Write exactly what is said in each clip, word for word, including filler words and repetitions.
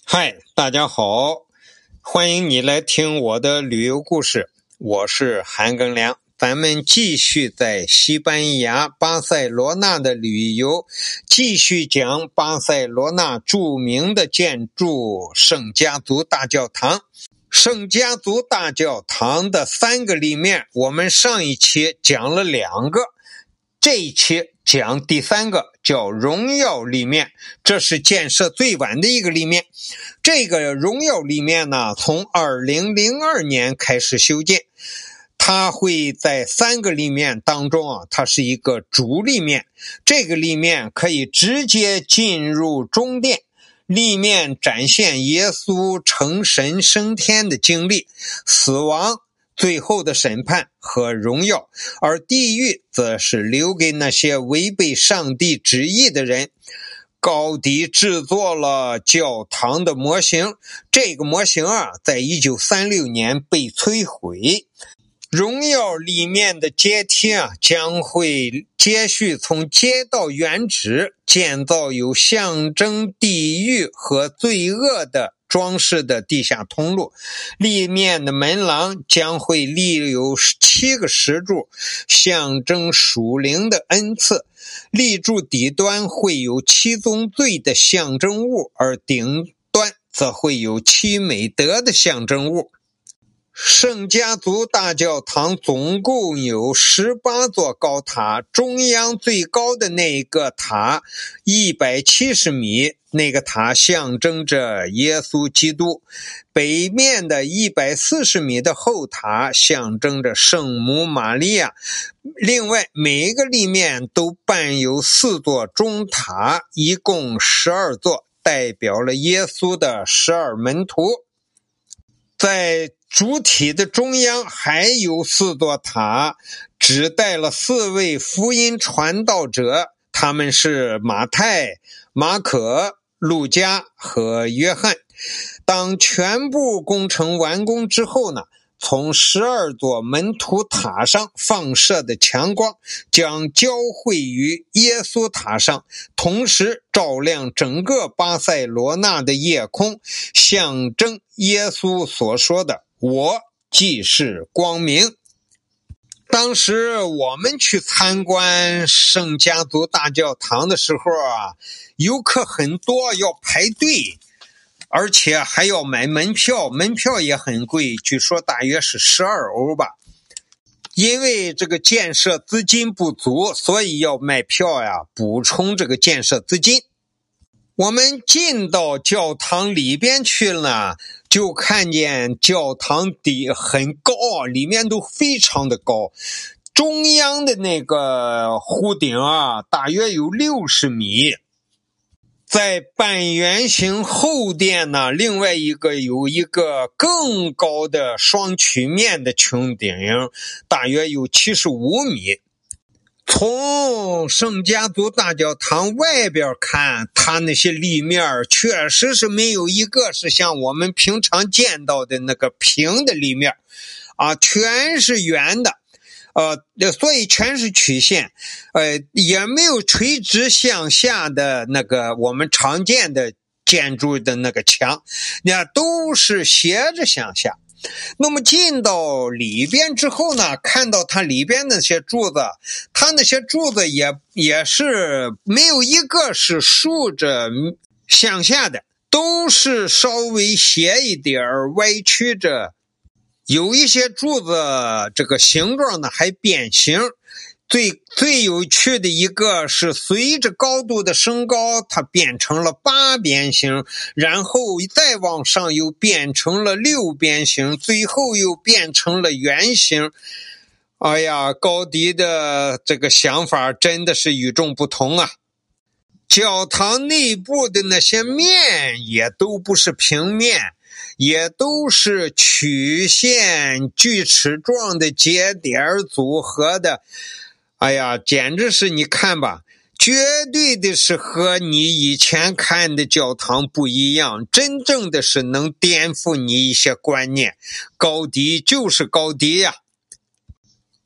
嗨，大家好，欢迎你来听我的旅游故事，我是韩庚良。咱们继续在西班牙巴塞罗那的旅游，继续讲巴塞罗那著名的建筑圣家族大教堂。圣家族大教堂的三个立面，我们上一期讲了两个，这一期讲第三个，叫荣耀立面，这是建设最晚的一个立面。这个荣耀立面呢，从二零零二年开始修建，它会在三个立面当中啊，它是一个主立面，这个立面可以直接进入中殿。立面展现耶稣成神升天的经历、死亡、最后的审判和荣耀，而地狱则是留给那些违背上帝旨意的人。高迪制作了教堂的模型，这个模型啊，在一九三六年被摧毁。荣耀立面的阶梯啊，将会接续从街道原址建造有象征地狱和罪恶的装饰的地下通路。立面的门廊将会立有七个石柱，象征属灵的恩赐。立柱底端会有七宗罪的象征物，而顶端则会有七美德的象征物。圣家族大教堂总共有十八座高塔，中央最高的那个塔一百七十米，那个塔象征着耶稣基督。北面的一百四十米的后塔象征着圣母玛利亚。另外每个立面都伴有四座中塔，一共十二座，代表了耶稣的十二门徒。在主体的中央还有四座塔，指代了四位福音传道者，他们是马太、马可、路加和约翰。当全部工程完工之后呢，从十二座门徒塔上放射的强光将交汇于耶稣塔上，同时照亮整个巴塞罗那的夜空，象征耶稣所说的我即是光明。当时我们去参观圣家族大教堂的时候啊，游客很多，要排队，而且还要买门票，门票也很贵，据说大约是十二欧吧。因为这个建设资金不足，所以要卖票呀，补充这个建设资金。我们进到教堂里边去了，就看见教堂底很高，里面都非常的高。中央的那个弧顶啊，大约有六十米。在半圆形后殿呢，另外一个有一个更高的双曲面的穹顶，大约有七十五米。从圣家族大教堂外边看，它那些立面确实是没有一个是像我们平常见到的那个平的立面啊，全是圆的。呃，所以全是曲线，呃，也没有垂直向下的那个我们常见的建筑的那个墙，那都是斜着向下。那么进到里边之后呢，看到它里边那些柱子，它那些柱子也也是没有一个是竖着向下的，都是稍微斜一点歪曲着。有一些柱子这个形状呢还变形，最最有趣的一个是随着高度的升高，它变成了八边形，然后再往上又变成了六边形，最后又变成了圆形。哎呀，高迪的这个想法真的是与众不同啊！教堂内部的那些面也都不是平面，也都是曲线锯齿状的节点组合的。哎呀，简直是你看吧，绝对的是和你以前看的教堂不一样，真正的是能颠覆你一些观念。高迪就是高迪呀、啊。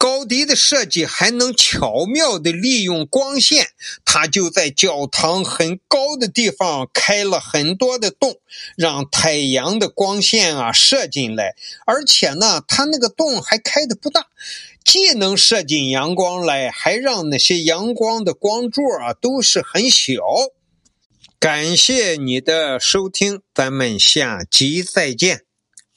高迪的设计还能巧妙地利用光线，他就在教堂很高的地方开了很多的洞，让太阳的光线啊射进来，而且呢，他那个洞还开得不大，既能射进阳光来，还让那些阳光的光柱啊都是很小。感谢你的收听，咱们下集再见。